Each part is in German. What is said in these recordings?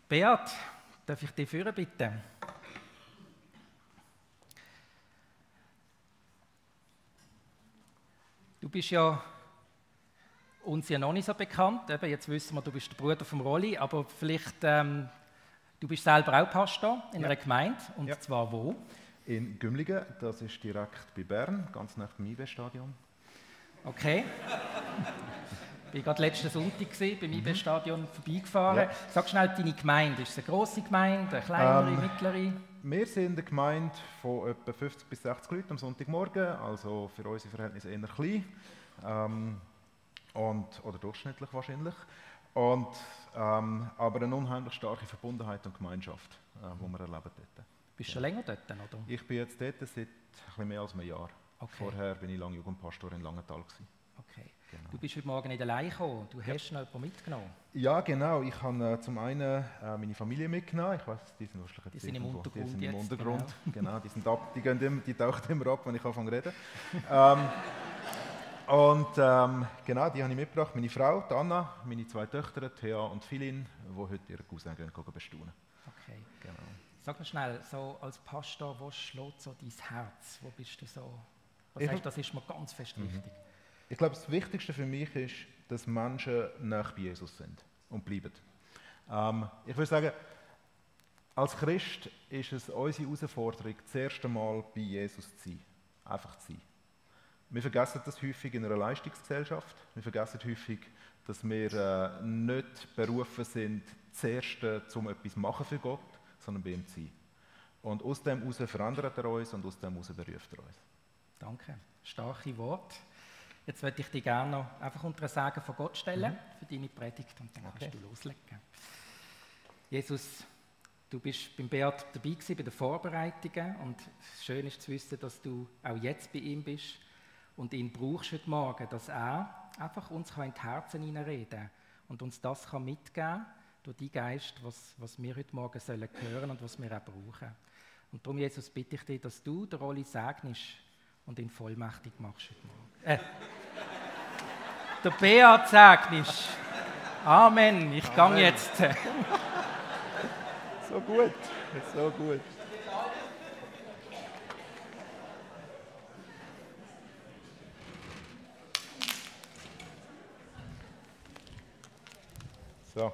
Beat, darf ich dich führen, bitte? Du bist ja uns ja noch nicht so bekannt. Eben, jetzt wissen wir, du bist der Bruder vom Rolli, aber vielleicht, du bist selber auch Pastor in einer Gemeinde, und zwar wo? In Gümligen, das ist direkt bei Bern, ganz nach dem IB-Stadion. Okay. Ich war gerade letzten Sonntag beim IB-Stadion vorbeigefahren. Ja. Sag schnell deine Gemeinde. Ist es eine grosse Gemeinde, eine kleinere, mittlere? Wir sind eine Gemeinde von etwa 50 bis 60 Leuten am Sonntagmorgen, also für unsere Verhältnisse eher klein, oder durchschnittlich wahrscheinlich. Aber eine unheimlich starke Verbundenheit und Gemeinschaft, die wir erleben dort. Bist du schon länger dort, oder? Ich bin jetzt dort seit etwas mehr als einem Jahr. Okay. Vorher war ich lange Jugendpastor in Langenthal. Okay. Genau. Du bist heute Morgen nicht allein gekommen, du hast noch jemanden mitgenommen. Ja, genau. Ich habe zum einen meine Familie mitgenommen. Ich weiss, die sind wahrscheinlich die sind im Untergrund. Die sind im Untergrund. Genau, die tauchen immer ab, wenn ich anfange zu reden. Genau, die habe ich mitgebracht. Meine Frau, die Anna, meine zwei Töchter, Thea und Philin, die heute ihren Cousin gehen bestaunen. Okay. Genau. Sag mir schnell, so als Pastor, wo schlägt so dein Herz? Wo bist du so? Was heißt, das ist mir ganz fest wichtig. Ich glaube, das Wichtigste für mich ist, dass Menschen nahe bei Jesus sind und bleiben. Ich würde sagen, als Christ ist es unsere Herausforderung, das erste Mal bei Jesus zu sein. Einfach zu sein. Wir vergessen das häufig in einer Leistungsgesellschaft. Wir vergessen häufig, dass wir nicht berufen sind, zuerst um etwas zu machen für Gott, sondern bei ihm zu sein. Und aus dem heraus verändert er uns und aus dem heraus beruft er uns. Danke. Starke Worte. Jetzt würde ich dich gerne noch einfach unter ein Sagen von Gott stellen für deine Predigt und dann kannst du loslegen. Jesus, du bist beim Beat dabei gewesen, bei den Vorbereitungen, und schön ist zu wissen, dass du auch jetzt bei ihm bist und ihn brauchst heute Morgen, dass er einfach uns in die Herzen hineinreden kann und uns das mitgeben kann durch deinen Geist, was wir heute Morgen sollen hören und was wir auch brauchen. Und darum, Jesus, bitte ich dich, dass du den Rolli segnest und ihn vollmächtig machst heute Morgen. Der Beat segnest. Amen. Ich gehe jetzt. So gut, so gut. So.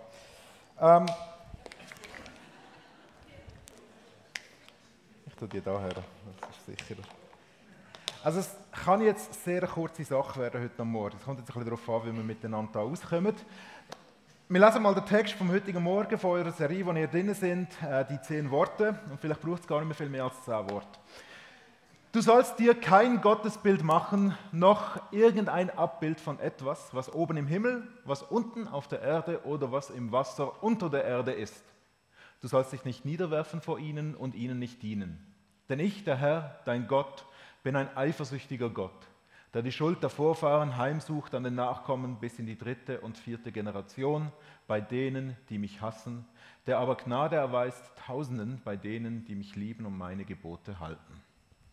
Ich tue die da her, das ist sicherer. Also es kann jetzt eine sehr kurze Sache werden heute Morgen. Es kommt jetzt ein bisschen darauf an, wie wir miteinander da auskommen. Wir lesen mal den Text vom heutigen Morgen von eurer Serie, wo ihr drin sind, die 10 Worte. Und vielleicht braucht es gar nicht mehr viel mehr als 10 Worte. Du sollst dir kein Gottesbild machen, noch irgendein Abbild von etwas, was oben im Himmel, was unten auf der Erde oder was im Wasser unter der Erde ist. Du sollst dich nicht niederwerfen vor ihnen und ihnen nicht dienen. Denn ich, der Herr, dein Gott, bin ein eifersüchtiger Gott, der die Schuld der Vorfahren heimsucht an den Nachkommen bis in die 3. und 4. Generation bei denen, die mich hassen, der aber Gnade erweist Tausenden bei denen, die mich lieben und meine Gebote halten.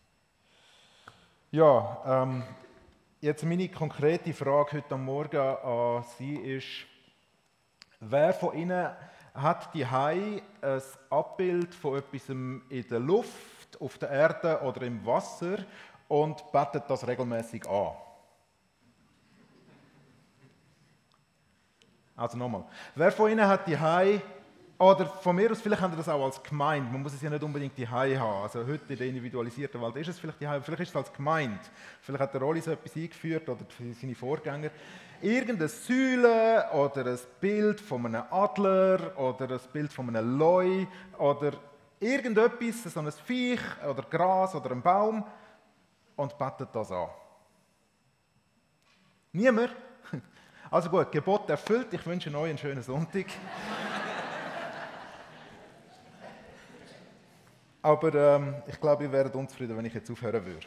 Ja, jetzt meine konkrete Frage heute Morgen an Sie ist, wer von Ihnen hat die ein Abbild von etwas in der Luft, auf der Erde oder im Wasser und betet das regelmäßig an? Also nochmal. Wer von Ihnen hat die oder von mir aus, vielleicht haben Sie das auch als Gemeinde, man muss es ja nicht unbedingt die haben. Also heute in der individualisierten Welt ist es vielleicht die vielleicht ist es als Gemeinde. Vielleicht hat der Rolli so etwas eingeführt oder seine Vorgänger. Irgendeine Säule oder ein Bild von einem Adler oder ein Bild von einem Leu oder irgendetwas, so ein Viech oder Gras oder ein Baum, und betet das an. Niemand? Also gut, Gebot erfüllt. Ich wünsche euch einen schönen Sonntag. Aber ich glaube, ihr wäret unzufrieden, wenn ich jetzt aufhören würde.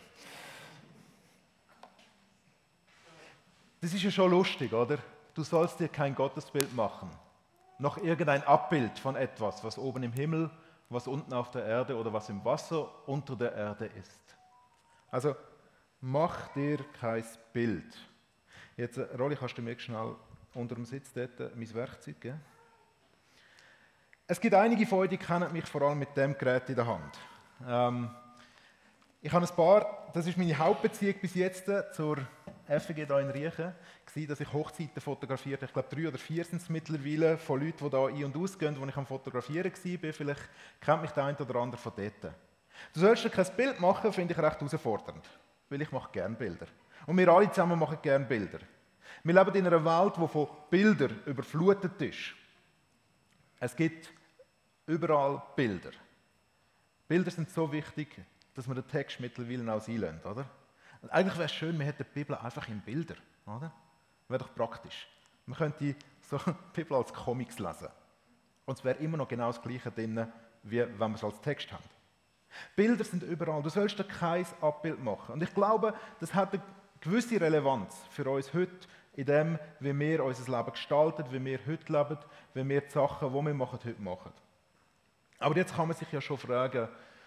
Das ist ja schon lustig, oder? Du sollst dir kein Gottesbild machen. Noch irgendein Abbild von etwas, was oben im Himmel, was unten auf der Erde oder was im Wasser unter der Erde ist. Also, mach dir kein Bild. Jetzt, Rolli, kannst du mir schnell unter dem Sitz dort mein Werkzeug geben? Es gibt einige von euch, die kennen mich vor allem mit dem Gerät in der Hand. Ich habe ein paar, das ist meine Hauptbeziehung bis jetzt zur FG hier in Riechen, dass ich Hochzeiten fotografiert habe. Ich glaube 3 oder 4 sind es mittlerweile von Leuten, die da ein- und ausgehen, wo ich am Fotografieren war. Vielleicht kennt mich der eine oder andere von dort. Du sollst dir kein Bild machen, finde ich recht herausfordernd, weil ich mache gerne Bilder. Und wir alle zusammen machen gerne Bilder. Wir leben in einer Welt, die von Bildern überflutet ist. Es gibt überall Bilder. Bilder sind so wichtig, dass man den Text mittlerweile auch einlöhnt, oder? Und eigentlich wäre es schön, wir hätten die Bibel einfach in Bilder, oder? Wäre doch praktisch. Man könnte so die Bibel als Comics lesen. Und es wäre immer noch genau das Gleiche drin, wie wenn wir es als Text haben. Bilder sind überall. Du sollst dir kein Abbild machen. Und ich glaube, das hat eine gewisse Relevanz für uns heute, in dem, wie wir unser Leben gestalten, wie wir heute leben, wie wir die Sachen, die wir machen, heute machen. Aber jetzt kann man sich ja schon fragen,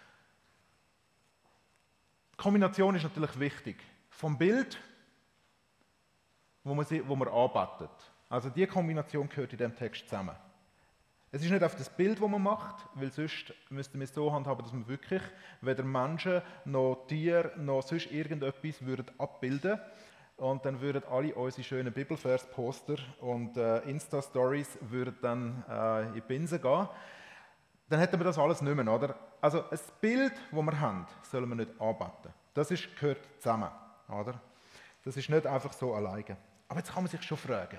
die Kombination ist natürlich wichtig. Vom Bild, wo man arbeitet. Also die Kombination gehört in diesem Text zusammen. Es ist nicht auf das Bild, das man macht, weil sonst müssten wir es so handhaben, dass wir wirklich weder Menschen noch Tiere noch sonst irgendetwas würden abbilden. Und dann würden alle unsere schönen Bibelvers-Poster und Insta-Stories würden dann in die Binsen gehen. Dann hätten wir das alles nicht mehr, oder? Also ein Bild, das wir haben, sollen wir nicht anbeten. Das gehört zusammen, oder? Das ist nicht einfach so alleine. Aber jetzt kann man sich schon fragen,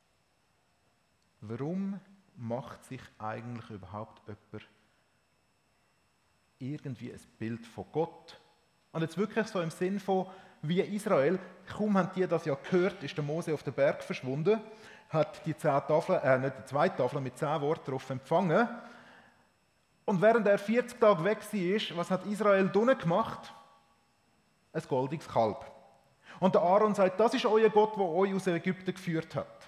warum macht sich eigentlich überhaupt jemand irgendwie ein Bild von Gott? Und jetzt wirklich so im Sinn von, wie Israel, kaum haben die das ja gehört, ist der Mose auf den Berg verschwunden, hat die 10 Tafeln, nicht die 2 Tafeln mit 10 Worten darauf empfangen. Und während er 40 Tage weg war, was hat Israel drinnen gemacht? Ein goldiges Kalb. Und der Aaron sagt, das ist euer Gott, der euch aus Ägypten geführt hat.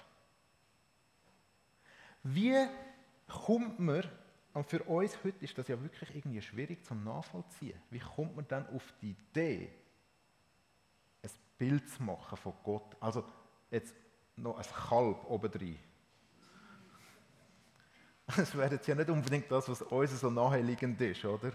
Wie kommt man, und für uns heute ist das ja wirklich irgendwie schwierig zum Nachvollziehen, wie kommt man dann auf die Idee, ein Bild zu machen von Gott? Also jetzt noch ein Kalb obendrein. Das wäre jetzt ja nicht unbedingt das, was uns so naheliegend ist, oder?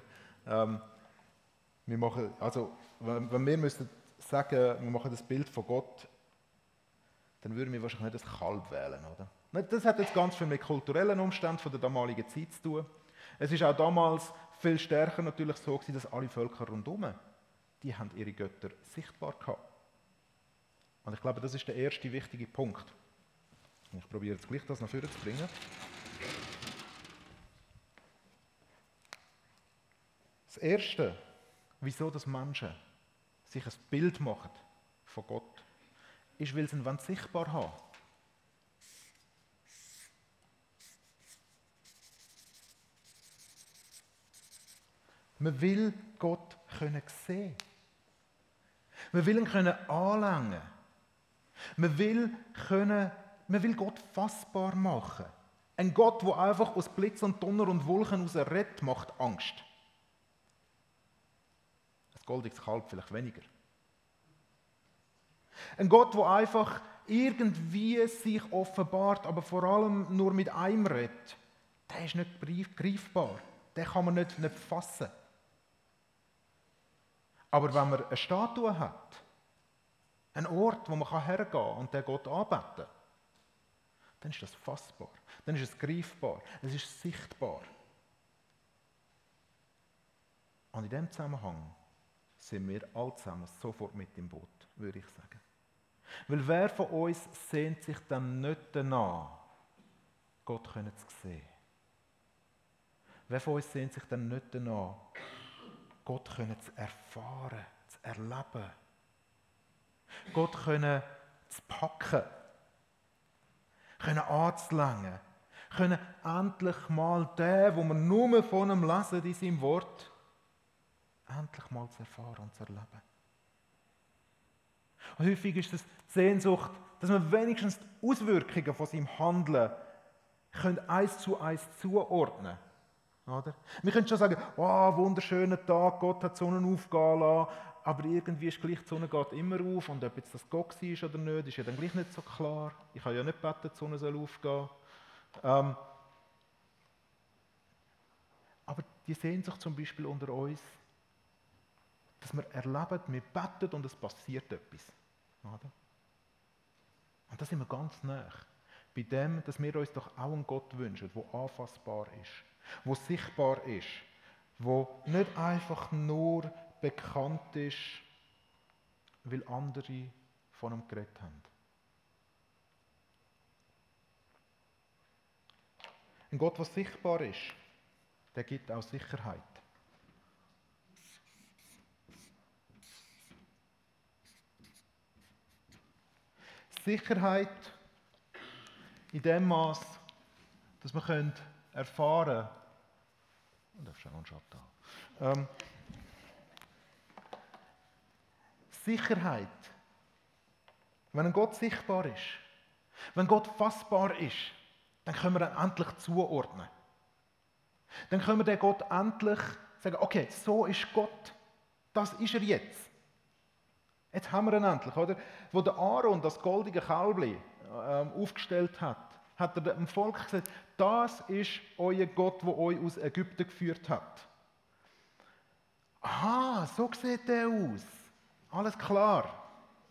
Wir machen, also, wenn wir müssten sagen, wir machen das Bild von Gott, dann würden wir wahrscheinlich nicht das Kalb wählen, oder? Das hat jetzt ganz viel mit kulturellen Umständen von der damaligen Zeit zu tun. Es ist auch damals viel stärker natürlich so gewesen, dass alle Völker rundherum, die haben ihre Götter sichtbar gehabt. Und ich glaube, das ist der erste wichtige Punkt. Ich probiere jetzt gleich das nach vorne zu bringen. Das Erste, wieso das Menschen sich ein Bild machen von Gott, ist, weil sie ihn sichtbar haben. Man will Gott sehen. Man will ihn anlangen. Man will Gott fassbar machen. Ein Gott, der einfach aus Blitz und Donner und Wolken heraus redet, macht Angst. Ein goldiges Kalb vielleicht weniger. Ein Gott, der einfach irgendwie sich offenbart, aber vor allem nur mit einem redet, der ist nicht greifbar. Den kann man nicht fassen. Aber wenn man eine Statue hat, einen Ort, wo man hergehen kann und den Gott anbeten kann, dann ist das fassbar. Dann ist es greifbar. Es ist sichtbar. Und in diesem Zusammenhang sind wir alle zusammen sofort mit im Boot, würde ich sagen. Weil wer von uns sehnt sich dann nicht danach, Gott zu sehen? Wer von uns sehnt sich dann nicht danach, Gott zu erfahren, zu erleben? Gott zu packen, anzulangen, endlich mal den, wo wir nur von ihm lesen in seinem Wort, endlich mal zu erfahren und zu erleben. Und häufig ist es die Sehnsucht, dass wir wenigstens die Auswirkungen von seinem Handeln eins zu eins zuordnen können. Oder? Wir können schon sagen, oh, wunderschöner Tag, Gott hat die Sonne aufgehen lassen, aber irgendwie ist gleich, die Sonne geht immer auf und ob jetzt das Gott war oder nicht, ist ja dann gleich nicht so klar. Ich habe ja nicht gebeten, die Sonne soll aufgehen. Aber die Sehnsucht zum Beispiel unter uns, dass wir erleben, wir beten und es passiert etwas. Oder? Und da sind wir ganz nah. Bei dem, dass wir uns doch auch einen Gott wünschen, der anfassbar ist, der sichtbar ist, der nicht einfach nur bekannt ist, weil andere von ihm geredet haben. Ein Gott, der sichtbar ist, der gibt auch Sicherheit. Sicherheit in dem Maß, dass wir erfahren können, und darfst du auch noch einen Schatten haben. Sicherheit, wenn ein Gott sichtbar ist, wenn Gott fassbar ist, dann können wir ihn endlich zuordnen. Dann können wir den Gott endlich sagen, okay, so ist Gott, das ist er jetzt. Jetzt haben wir ihn endlich, oder? Wo der Aaron das goldige Kälbli aufgestellt hat, hat er dem Volk gesagt, das ist euer Gott, der euch aus Ägypten geführt hat. Aha, so sieht der aus. Alles klar.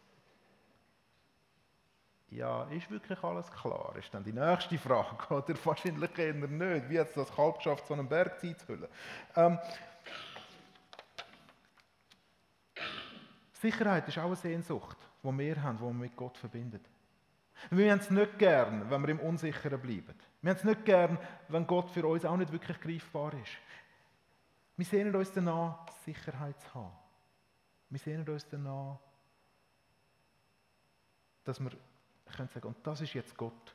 Ja, ist wirklich alles klar? Ist dann die nächste Frage, oder? Wahrscheinlich eher nicht. Wie hat es das Kalb geschafft, so einen Berg einzuhüllen? Sicherheit ist auch eine Sehnsucht, die wir haben, die wir mit Gott verbindet. Wir haben es nicht gern, wenn wir im Unsicheren bleiben. Wir haben es nicht gern, wenn Gott für uns auch nicht wirklich greifbar ist. Wir sehnen uns danach, Sicherheit zu haben. Wir sehnen uns danach, dass wir sagen können, und das ist jetzt Gott.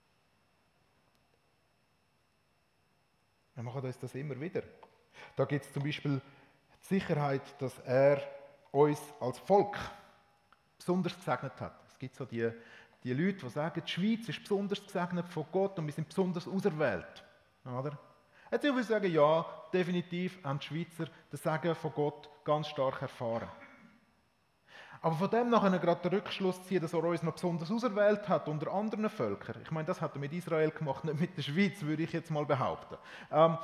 Wir machen uns das immer wieder. Da gibt es zum Beispiel die Sicherheit, dass er uns als Volk besonders gesegnet hat. Es gibt so die Leute, die sagen, die Schweiz ist besonders gesegnet von Gott und wir sind besonders auserwählt. Oder? Jetzt würde ich sagen, ja, definitiv haben die Schweizer den Segen von Gott ganz stark erfahren. Aber von dem nachher gerade den Rückschluss ziehen, dass er uns noch besonders auserwählt hat unter anderen Völkern. Ich meine, das hat er mit Israel gemacht, nicht mit der Schweiz, würde ich jetzt mal behaupten. Aber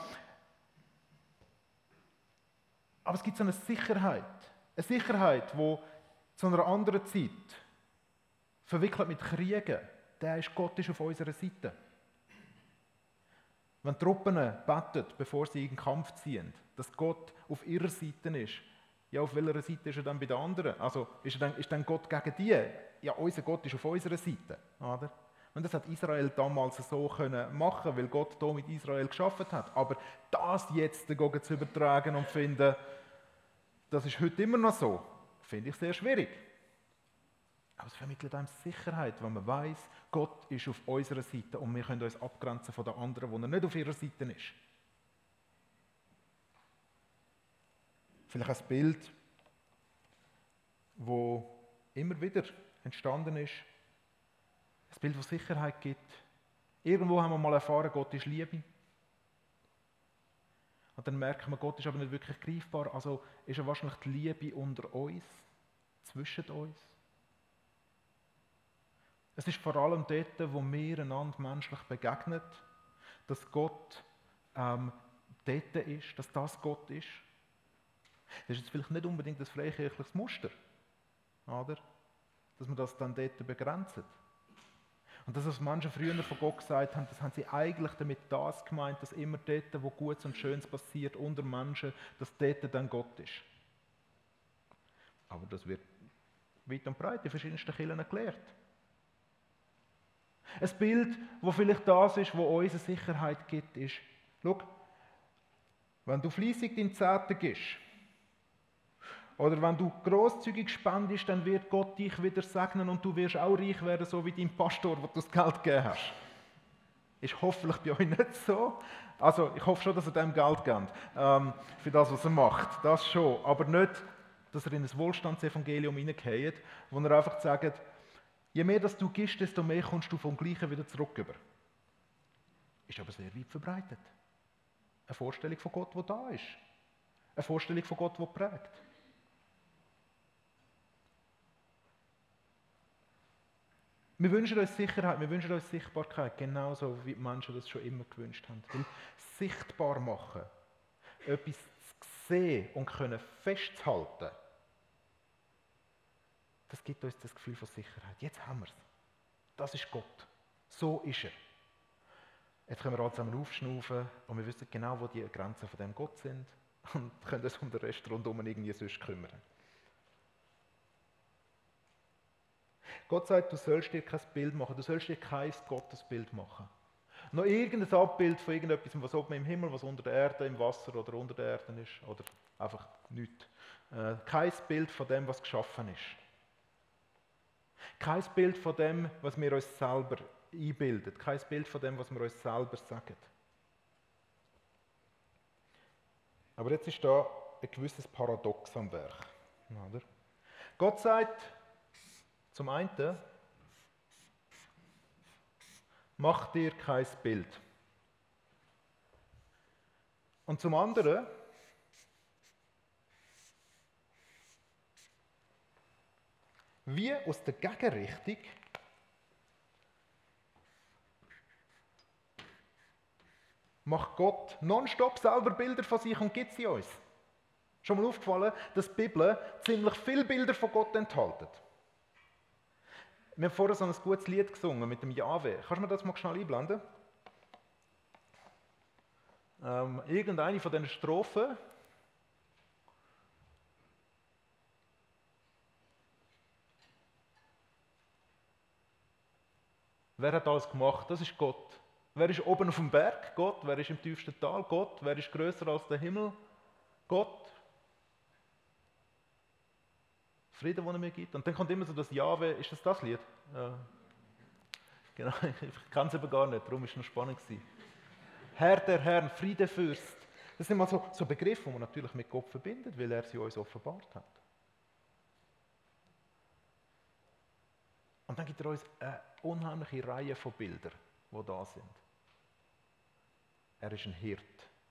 es gibt so eine Sicherheit, die zu einer anderen Zeit verwickelt mit Kriegen, Gott ist auf unserer Seite. Wenn die Truppen beten, bevor sie in den Kampf ziehen, dass Gott auf ihrer Seite ist, ja, auf welcher Seite ist er dann bei den anderen? Also ist dann Gott gegen die? Ja, unser Gott ist auf unserer Seite. Oder? Und das hat Israel damals so können machen, weil Gott hier mit Israel geschaffen hat. Aber das jetzt zu übertragen und finden, das ist heute immer noch so, finde ich sehr schwierig. Aber es vermittelt einem Sicherheit, wenn man weiß, Gott ist auf unserer Seite und wir können uns abgrenzen von den anderen, wo er nicht auf ihrer Seite ist. Vielleicht ein Bild, das immer wieder entstanden ist. Ein Bild, das Sicherheit gibt. Irgendwo haben wir mal erfahren, Gott ist Liebe. Und dann merken wir, Gott ist aber nicht wirklich greifbar. Also ist er wahrscheinlich die Liebe unter uns, zwischen uns. Es ist vor allem dort, wo wir einander menschlich begegnen, dass Gott dort ist, dass das Gott ist. Das ist jetzt vielleicht nicht unbedingt das freikirchliches Muster, oder? Dass man das dann dort begrenzt. Und das, was Menschen früher von Gott gesagt haben, das haben sie eigentlich damit das gemeint, dass immer dort, wo Gutes und Schönes passiert unter Menschen, dass dort dann Gott ist. Aber das wird weit und breit in verschiedensten Kirchen gelehrt. Ein Bild, wo vielleicht das ist, wo uns eine Sicherheit gibt, ist, schau, wenn du fleissig deinen Zehnten gibst, oder wenn du grosszügig spendest, dann wird Gott dich wieder segnen und du wirst auch reich werden, so wie dein Pastor, wo du das Geld gegeben hast. Ist hoffentlich bei euch nicht so. Also ich hoffe schon, dass ihr dem Geld gebt, für das, was er macht. Das schon. Aber nicht, dass er in ein Wohlstandsevangelium hineingeht, wo er einfach sagt, je mehr dass du gibst, desto mehr kommst du vom Gleichen wieder zurück über. Ist aber sehr weit verbreitet. Eine Vorstellung von Gott, die da ist. Eine Vorstellung von Gott, die prägt. Wir wünschen uns Sicherheit, wir wünschen uns Sichtbarkeit, genauso wie die Menschen das schon immer gewünscht haben. Weil sichtbar machen etwas zu sehen und können festzuhalten, das gibt uns das Gefühl von Sicherheit. Jetzt haben wir es. Das ist Gott. So ist er. Jetzt können wir alle zusammen aufschnaufen und wir wissen genau, wo die Grenzen von dem Gott sind und können uns um den Rest rundum irgendwie sonst kümmern. Gott sagt, du sollst dir kein Bild machen, du sollst dir kein Gottesbild machen. Noch irgendein Abbild von irgendetwas, was oben im Himmel, was unter der Erde, im Wasser oder unter der Erde ist, oder einfach nichts. Kein Bild von dem, was geschaffen ist. Kein Bild von dem, was wir uns selber einbilden. Kein Bild von dem, was wir uns selber sagen. Aber jetzt ist da ein gewisses Paradox am Werk. Oder? Gott sagt zum einen, mach dir kein Bild. Und zum anderen, wie aus der Gegenrichtung macht Gott nonstop selber Bilder von sich und gibt sie uns. Schon mal aufgefallen, dass die Bibel ziemlich viele Bilder von Gott enthält. Wir haben vorher so ein gutes Lied gesungen mit dem Jahwe. Kannst du mir das mal schnell einblenden? Irgendeine von diesen Strophen. Wer hat alles gemacht? Das ist Gott. Wer ist oben auf dem Berg? Gott. Wer ist im tiefsten Tal? Gott. Wer ist grösser als der Himmel? Gott. Frieden, den er mir gibt. Und dann kommt immer so das Jahwe. Ist das Lied? Ja. Genau, ich kann es aber gar nicht, darum war es noch spannend. Herr der Herren, Friedefürst. Das sind mal so Begriffe, die man natürlich mit Gott verbindet, weil er sie uns offenbart hat. Und dann gibt er uns eine unheimliche Reihe von Bildern, die da sind. Er ist ein Hirt.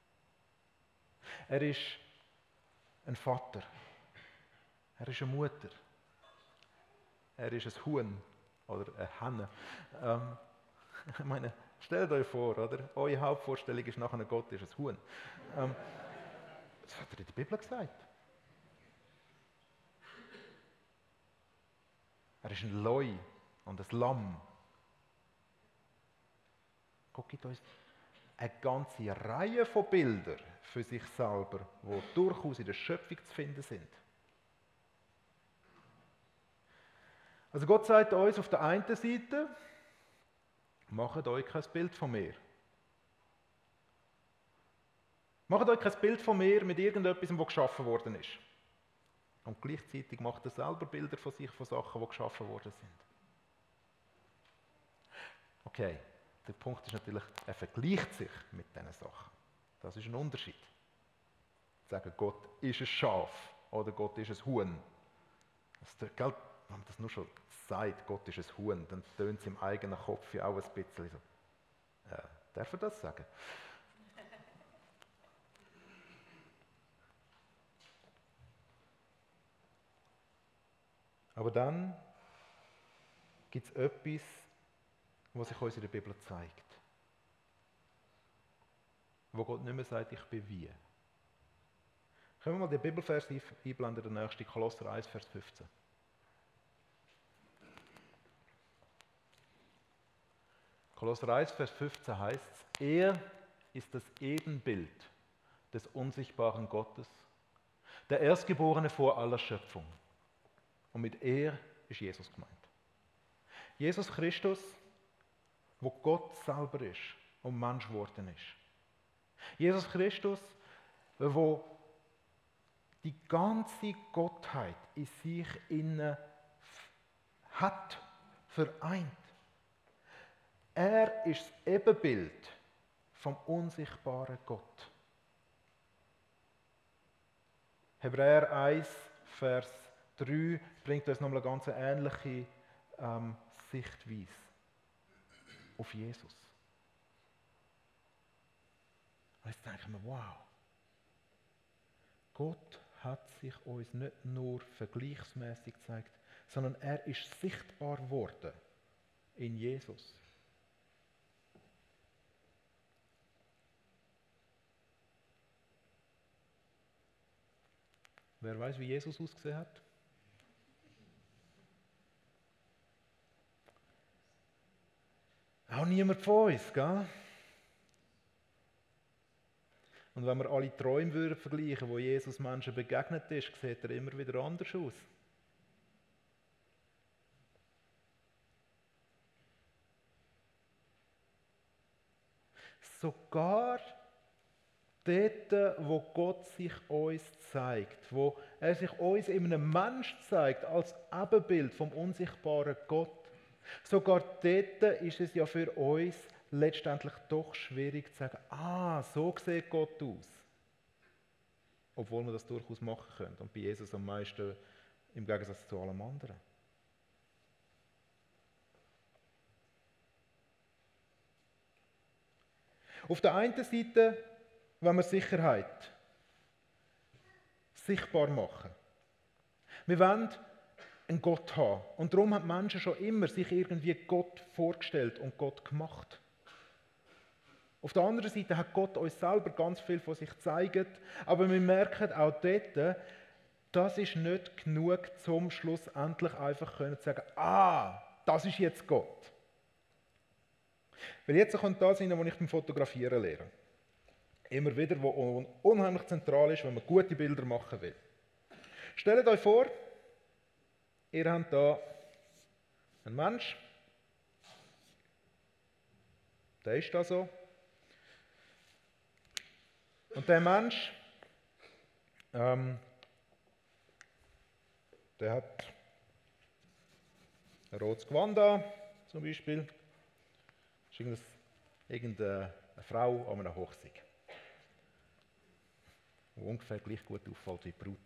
Er ist ein Vater. Er ist eine Mutter. Er ist ein Huhn oder eine Henne. Ich meine, stellt euch vor, oder? Eure Hauptvorstellung ist nachher, Gott ist ein Huhn. Das hat er in der Bibel gesagt. Er ist ein Leu und ein Lamm. Gott gibt uns eine ganze Reihe von Bildern für sich selber, die durchaus in der Schöpfung zu finden sind. Also Gott sagt uns auf der einen Seite, macht euch kein Bild von mir. Macht euch kein Bild von mir mit irgendetwas, was geschaffen worden ist. Und gleichzeitig macht er selber Bilder von sich, von Sachen, die geschaffen worden sind. Okay, der Punkt ist natürlich, er vergleicht sich mit diesen Sachen. Das ist ein Unterschied. Sagen, Gott ist ein Schaf oder Gott ist ein Huhn. Wenn man das nur schon sagt, Gott ist ein Huhn, dann tönt es im eigenen Kopf ja auch ein bisschen so. Darf er das sagen? Aber dann gibt es etwas, was sich uns in der Bibel zeigt. Wo Gott nicht mehr sagt, ich bin wie. Können wir mal den Bibelvers einblenden, der nächste, Kolosser 1, Vers 15. Kolosser 1, Vers 15 heißt es, er ist das Ebenbild des unsichtbaren Gottes, der Erstgeborene vor aller Schöpfung. Und mit er ist Jesus gemeint. Jesus Christus, wo Gott selber ist und Mensch geworden ist. Jesus Christus, wo die ganze Gottheit in sich innen hat, vereint. Er ist das Ebenbild vom unsichtbaren Gott. Hebräer 1, Vers 3 bringt uns nochmal eine ganz ähnliche Sichtweise auf Jesus. Und jetzt denken wir, wow, Gott hat sich uns nicht nur vergleichsmäßig gezeigt, sondern er ist sichtbar geworden in Jesus. Wer weiß, wie Jesus ausgesehen hat? Auch niemand von uns, gell? Und wenn wir alle Träume würden vergleichen, wo Jesus Menschen begegnet ist, sieht er immer wieder anders aus. Sogar dort, wo Gott sich uns zeigt, wo er sich uns in einem Mensch zeigt, als Ebenbild vom unsichtbaren Gott, sogar dort ist es ja für uns letztendlich doch schwierig zu sagen, so sieht Gott aus. Obwohl wir das durchaus machen können. Und bei Jesus am meisten im Gegensatz zu allem anderen. Auf der einen Seite, wenn wir Sicherheit sichtbar machen. Wir wollen einen Gott haben. Und darum haben Menschen schon immer sich irgendwie Gott vorgestellt und Gott gemacht. Auf der anderen Seite hat Gott uns selber ganz viel von sich gezeigt, aber wir merken auch dort, das ist nicht genug, zum schlussendlich einfach zu sagen, das ist jetzt Gott. Weil jetzt kommt das rein, was ich beim Fotografieren lehre. Immer wieder, wo unheimlich zentral ist, wenn man gute Bilder machen will. Stellt euch vor, ihr habt hier einen Mensch, der ist da so. Und der Mensch, der hat ein rotes Gewand an, zum Beispiel. Das ist irgendeine Frau an einer Hochzeit, die ungefähr gleich gut auffällt wie die Braut.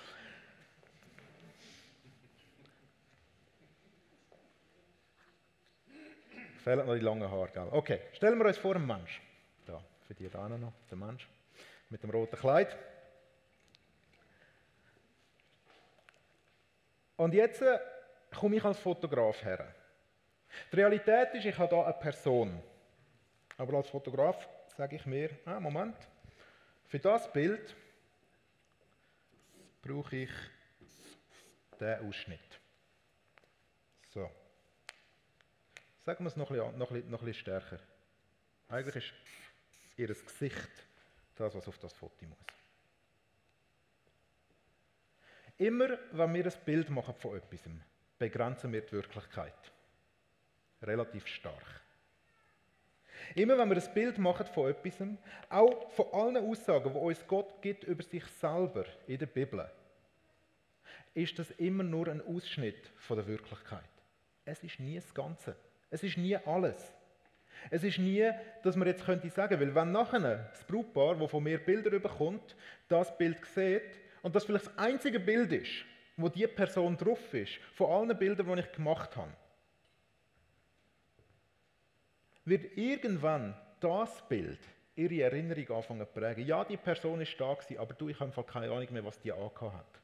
Fehlen noch die langen Haare, gell? Okay, stellen wir uns vor, einen Mensch. Da, für die da noch, der Mensch mit dem roten Kleid. Und jetzt komme ich als Fotograf her. Die Realität ist, ich habe hier eine Person. Aber als Fotograf sage ich mir, Moment, für das Bild brauche ich diesen Ausschnitt. So. Sagen wir es noch ein bisschen stärker. Eigentlich ist ihr Gesicht das, was auf das Foto muss. Immer, wenn wir ein Bild machen von etwas, begrenzen wir die Wirklichkeit. Relativ stark. Immer, wenn wir ein Bild machen von etwas, auch von allen Aussagen, die uns Gott gibt über sich selber in der Bibel, ist das immer nur ein Ausschnitt von der Wirklichkeit. Es ist nie das Ganze. Es ist nie alles. Es ist nie, dass man jetzt sagen könnte, weil wenn nachher das Brautpaar, das von mir Bilder bekommt, das Bild sieht und das vielleicht das einzige Bild ist, wo die Person drauf ist, von allen Bildern, die ich gemacht habe, wird irgendwann das Bild ihre Erinnerung anfangen zu prägen. Ja, die Person ist da gewesen, aber ich habe keine Ahnung mehr, was die angehabt hat.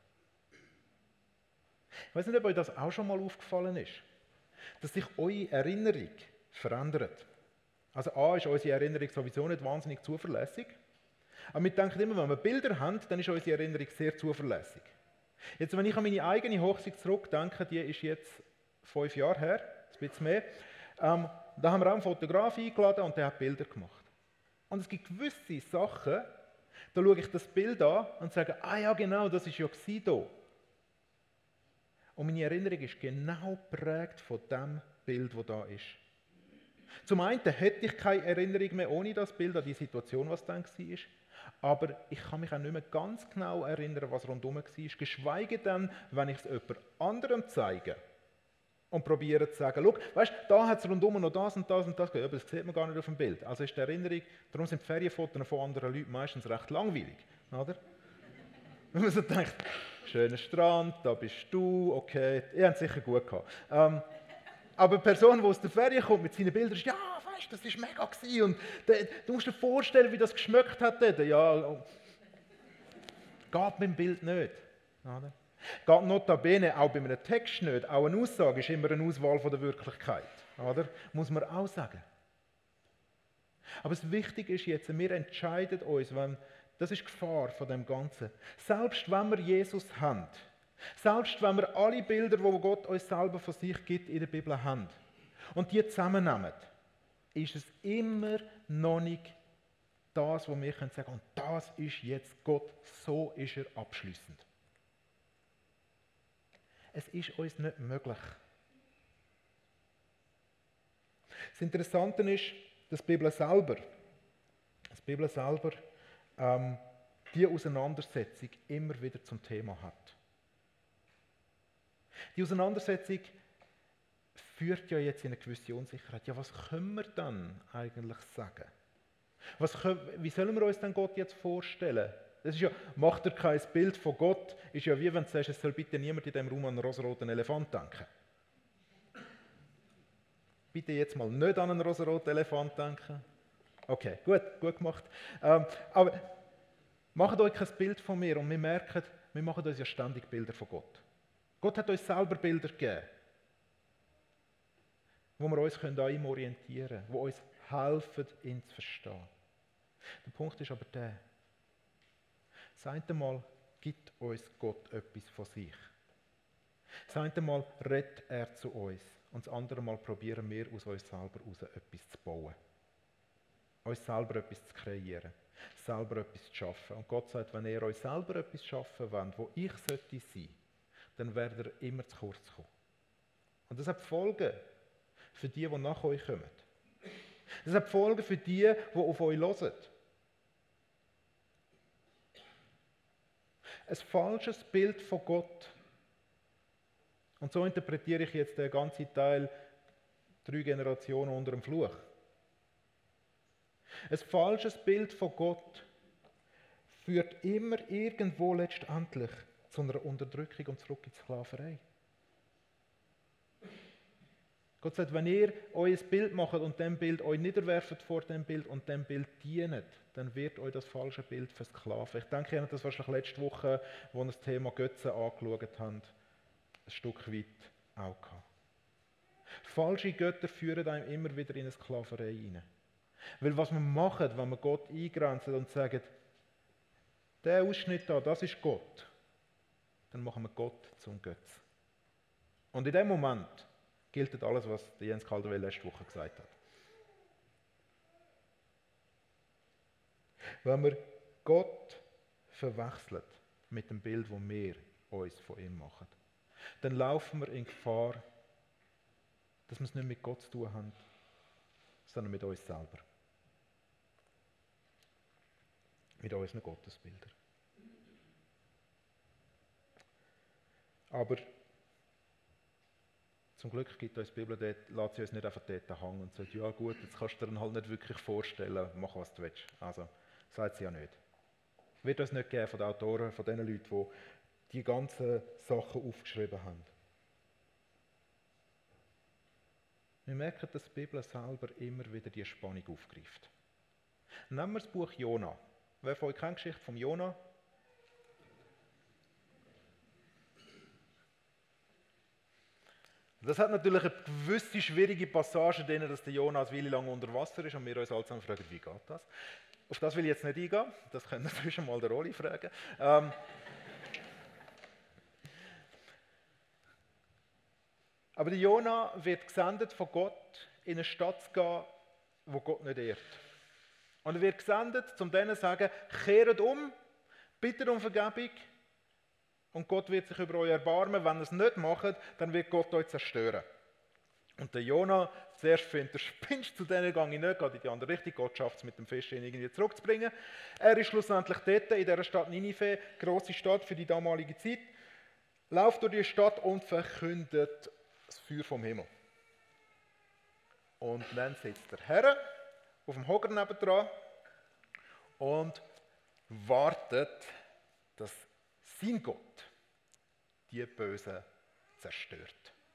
Ich weiß nicht, ob euch das auch schon mal aufgefallen ist, dass sich eure Erinnerung verändert. Also A ist unsere Erinnerung sowieso nicht wahnsinnig zuverlässig, aber wir denken immer, wenn wir Bilder haben, dann ist unsere Erinnerung sehr zuverlässig. Jetzt, wenn ich an meine eigene Hochzeit zurückdenke, die ist jetzt 5 Jahre her, ein bisschen mehr, da haben wir auch einen Fotograf eingeladen und der hat Bilder gemacht. Und es gibt gewisse Sachen, da schaue ich das Bild an und sage, ja genau, das ist ja hier. Und meine Erinnerung ist genau geprägt von dem Bild, das da ist. Zum einen hätte ich keine Erinnerung mehr ohne das Bild an die Situation, was dann war. Aber ich kann mich auch nicht mehr ganz genau erinnern, was rundherum war. Geschweige denn, wenn ich es jemand anderem zeige und probiere zu sagen, schau, weißt, da hat es rundherum noch das und das und das, aber das sieht man gar nicht auf dem Bild. Also ist die Erinnerung, darum sind die Ferienfotos von anderen Leuten meistens recht langweilig. Oder? Wenn man so denkt, schöner Strand, da bist du, okay, ihr habt es sicher gut gehabt. Aber eine Person, die aus der Ferien kommt mit seinen Bildern, ist, ja, weißt du, das war mega gewesen. Und du musst dir vorstellen, wie das geschmeckt hat dort. Ja, geht mit dem Bild nicht. Oder? Geht notabene auch bei einem Text nicht. Auch eine Aussage ist immer eine Auswahl von der Wirklichkeit. Oder? Muss man auch sagen. Aber das Wichtige ist jetzt, wir entscheiden uns, wenn Das ist die Gefahr von dem Ganzen. Selbst wenn wir Jesus haben, selbst wenn wir alle Bilder, die Gott uns selber von sich gibt, in der Bibel haben und die zusammennehmen, ist es immer noch nicht das, was wir sagen können. Und das ist jetzt Gott, so ist er abschliessend. Es ist uns nicht möglich. Das Interessante ist, dass die Bibel selber diese Auseinandersetzung immer wieder zum Thema hat. Die Auseinandersetzung führt ja jetzt in eine gewisse Unsicherheit. Ja, was können wir dann eigentlich sagen? Wie sollen wir uns denn Gott jetzt vorstellen? Das ist ja, macht er kein Bild von Gott, ist ja wie wenn du sagst, es soll bitte niemand in diesem Raum an einen rosaroten Elefant denken. Bitte jetzt mal nicht an einen rosaroten Elefant denken. Okay, gut gemacht. Aber macht euch kein Bild von mir und wir merken, wir machen uns ja ständig Bilder von Gott. Gott hat uns selber Bilder gegeben, wo wir uns an ihm orientieren können, die uns helfen, ihn zu verstehen. Der Punkt ist aber der, das eine Mal gibt uns Gott etwas von sich. Das eine Mal redet er zu uns und das andere Mal probieren wir aus uns selber heraus etwas zu bauen. Uns selber etwas zu kreieren, selber etwas zu schaffen. Und Gott sagt, wenn ihr euch selber etwas schaffen wollt, wo ich sollte sein, dann werdet ihr immer zu kurz kommen. Und das hat Folgen für die nach euch kommen. Das hat Folgen für die auf euch hören. Ein falsches Bild von Gott. Und so interpretiere ich jetzt den ganzen Teil 3 Generationen unter dem Fluch. Ein falsches Bild von Gott führt immer irgendwo letztendlich zu einer Unterdrückung und zurück in die Sklaverei. Gott sagt, wenn ihr euer Bild macht und dem Bild euch niederwerft vor dem Bild und dem Bild dient, dann wird euch das falsche Bild versklaven. Ich denke, ihr habt das wahrscheinlich letzte Woche, wo wir das Thema Götzen angeschaut haben, ein Stück weit auch gehabt. Falsche Götter führen einem immer wieder in eine Sklaverei hinein. Weil was wir machen, wenn wir Gott eingrenzen und sagen, der Ausschnitt da, das ist Gott, dann machen wir Gott zum Götz. Und in dem Moment gilt alles, was Jens Calderwell letzte Woche gesagt hat. Wenn wir Gott verwechseln mit dem Bild, das wir uns von ihm machen, dann laufen wir in Gefahr, dass wir es nicht mit Gott zu tun haben, sondern mit uns selber. Mit unseren Gottesbildern. Aber zum Glück gibt uns die Bibel, dort, lässt sie uns nicht einfach dort hängen und sagt, ja gut, jetzt kannst du dir dann halt nicht wirklich vorstellen, mach was du willst. Also, sagt sie ja nicht. Wird uns nicht geben von den Autoren, von den Leuten, die die ganzen Sachen aufgeschrieben haben. Wir merken, dass die Bibel selber immer wieder die Spannung aufgreift. Nehmen wir das Buch Jona. Wer von euch kennt die Geschichte von Jona? Das hat natürlich eine gewisse schwierige Passage drin, dass der Jona eine Weile lang unter Wasser ist und wir uns alle fragen, wie geht das? Auf das will ich jetzt nicht eingehen, das könnt ihr zwischen mal der Oli fragen. Aber der Jona wird gesendet von Gott, in eine Stadt zu gehen, wo Gott nicht ehrt. Und er wird gesendet, um denen zu sagen, kehrt um, bittet um Vergebung und Gott wird sich über euch erbarmen. Wenn ihr es nicht macht, dann wird Gott euch zerstören. Und der Jona zuerst findet, der spinnst, zu denen gehe ich nicht, geht in die andere Richtung, Gott schafft es mit dem Fisch, ihn irgendwie zurückzubringen. Er ist schlussendlich dort, in dieser Stadt Ninive, grosse Stadt für die damalige Zeit, läuft durch die Stadt und verkündet das Feuer vom Himmel. Und dann sitzt der Herr auf dem Hocker nebendran und wartet, dass sein Gott die Bösen zerstört.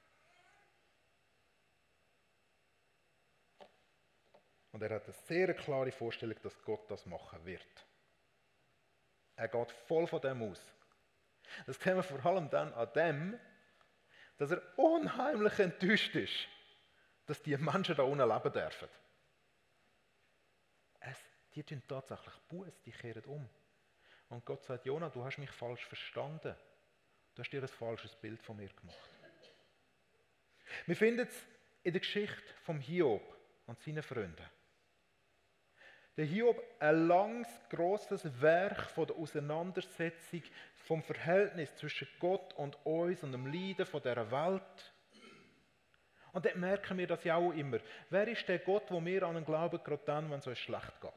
Und er hat eine sehr klare Vorstellung, dass Gott das machen wird. Er geht voll von dem aus. Das sehen wir vor allem dann an dem, dass er unheimlich enttäuscht ist, dass die Menschen da unten leben dürfen. Die tun tatsächlich Buß, die kehren um. Und Gott sagt, Jona, du hast mich falsch verstanden. Du hast dir ein falsches Bild von mir gemacht. Wir finden es in der Geschichte vom Hiob und seinen Freunden. Der Hiob, ein langes, grosses Werk von der Auseinandersetzung, vom Verhältnis zwischen Gott und uns und dem Leiden von dieser Welt. Und dort merken wir das ja auch immer. Wer ist der Gott, wo wir an ihn glauben, gerade dann, wenn es uns schlecht geht?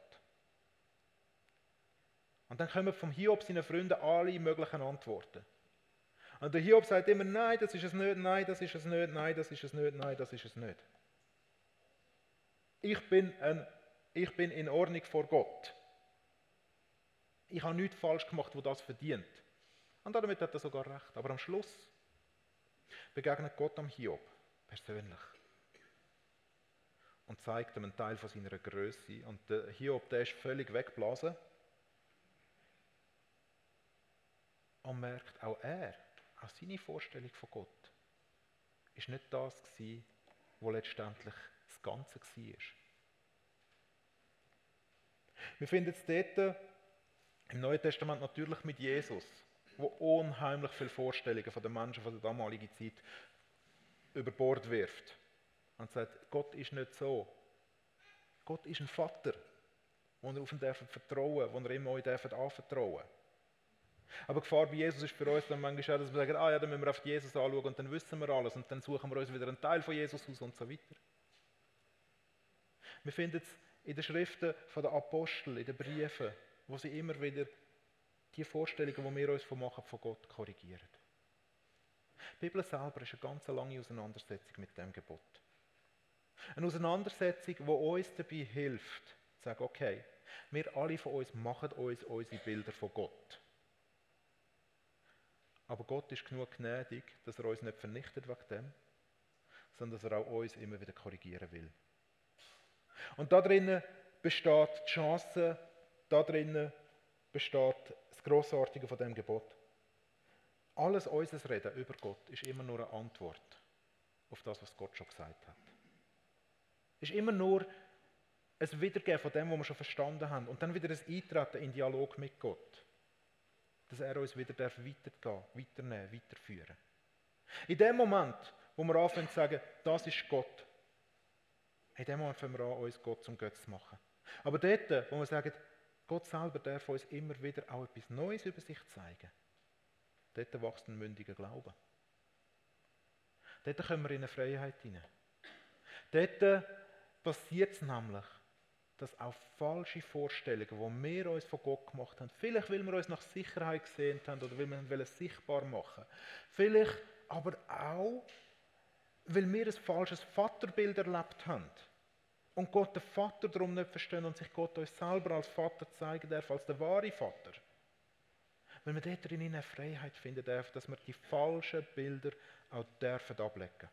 Und dann kommen vom Hiob seinen Freunden alle möglichen Antworten. Und der Hiob sagt immer, nein, das ist es nicht, nein, das ist es nicht, nein, das ist es nicht, nein, das ist es nicht. Ich bin in Ordnung vor Gott. Ich habe nichts falsch gemacht, wo das verdient. Und damit hat er sogar recht. Aber am Schluss begegnet Gott am Hiob persönlich und zeigt ihm einen Teil von seiner Größe. Und der Hiob, der ist völlig weggeblasen und merkt, auch seine Vorstellung von Gott, ist nicht das gewesen, was letztendlich das Ganze war. Wir finden es dort im Neuen Testament natürlich mit Jesus, wo unheimlich viele Vorstellungen von den Menschen von der damaligen Zeit über Bord wirft und sagt, Gott ist nicht so. Gott ist ein Vater, wo ihr auf ihn vertrauen dürft, wo ihr ihm euch anvertrauen dürft. Aber die Gefahr bei Jesus ist für uns dann manchmal auch, dass wir sagen, ja, dann müssen wir auf Jesus anschauen und dann wissen wir alles und dann suchen wir uns wieder einen Teil von Jesus aus und so weiter. Wir finden es in den Schriften der Apostel, in den Briefen, wo sie immer wieder die Vorstellungen, die wir uns von Gott korrigieren. Die Bibel selber ist eine ganz lange Auseinandersetzung mit dem Gebot. Eine Auseinandersetzung, die uns dabei hilft, zu sagen, okay, wir alle von uns machen uns unsere Bilder von Gott. Aber Gott ist genug gnädig, dass er uns nicht vernichtet wegen dem, sondern dass er auch uns immer wieder korrigieren will. Und da drinnen besteht die Chance, da drinnen besteht das Grossartige von dem Gebot. Alles unser Reden über Gott ist immer nur eine Antwort auf das, was Gott schon gesagt hat. Es ist immer nur ein Wiedergeben von dem, was wir schon verstanden haben und dann wieder ein Eintreten in Dialog mit Gott. Dass er uns wieder weitergehen, weiternehmen, weiterführen. In dem Moment, wo wir anfangen zu sagen, das ist Gott, in dem Moment fangen wir an, uns Gott zum Götzen zu machen. Aber dort, wo wir sagen, Gott selber darf uns immer wieder auch etwas Neues über sich zeigen, dort wächst ein mündiger Glaube. Dort kommen wir in eine Freiheit hinein. Dort passiert es nämlich, dass auch falsche Vorstellungen, die wir uns von Gott gemacht haben, vielleicht weil wir uns nach Sicherheit gesehen haben oder weil wir es sichtbar machen, vielleicht aber auch, weil wir ein falsches Vaterbild erlebt haben und Gott den Vater darum nicht verstehen und sich Gott uns selber als Vater zeigen darf, als der wahre Vater. Weil wir dort drin eine Freiheit finden dürfen, dass wir die falschen Bilder auch dürfen ablegen.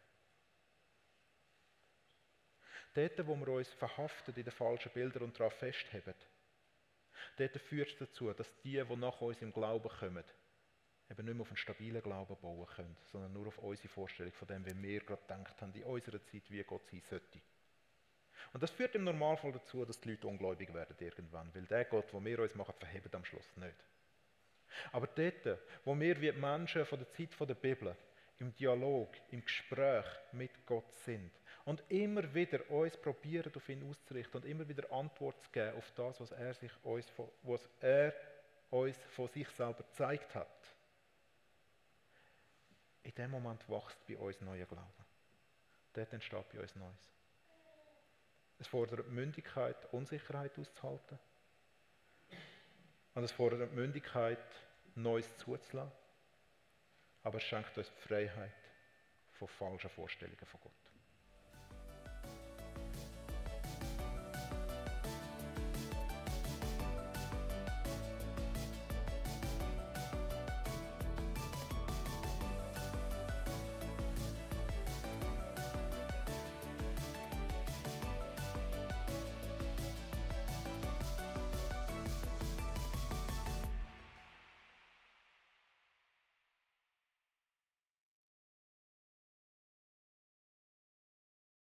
Dort, wo wir uns verhaften in den falschen Bildern und daran festheben, dort führt es dazu, dass die nach uns im Glauben kommen, eben nicht mehr auf einen stabilen Glauben bauen können, sondern nur auf unsere Vorstellung von dem, wie wir gerade gedacht haben, in unserer Zeit, wie Gott sein sollte. Und das führt im Normalfall dazu, dass die Leute ungläubig werden irgendwann, weil der Gott, den wir uns machen, verhebt am Schluss nicht. Aber dort, wo wir wie die Menschen von der Zeit der Bibel im Dialog, im Gespräch mit Gott sind und immer wieder uns probieren, auf ihn auszurichten und immer wieder Antwort zu geben auf das, was er uns von sich selber gezeigt hat. In dem Moment wächst bei uns neuer Glaube. Dort entsteht bei uns Neues. Es fordert Mündigkeit, Unsicherheit auszuhalten. Und es fordert Mündigkeit, Neues zuzulassen. Aber es schenkt uns die Freiheit von falschen Vorstellungen von Gott.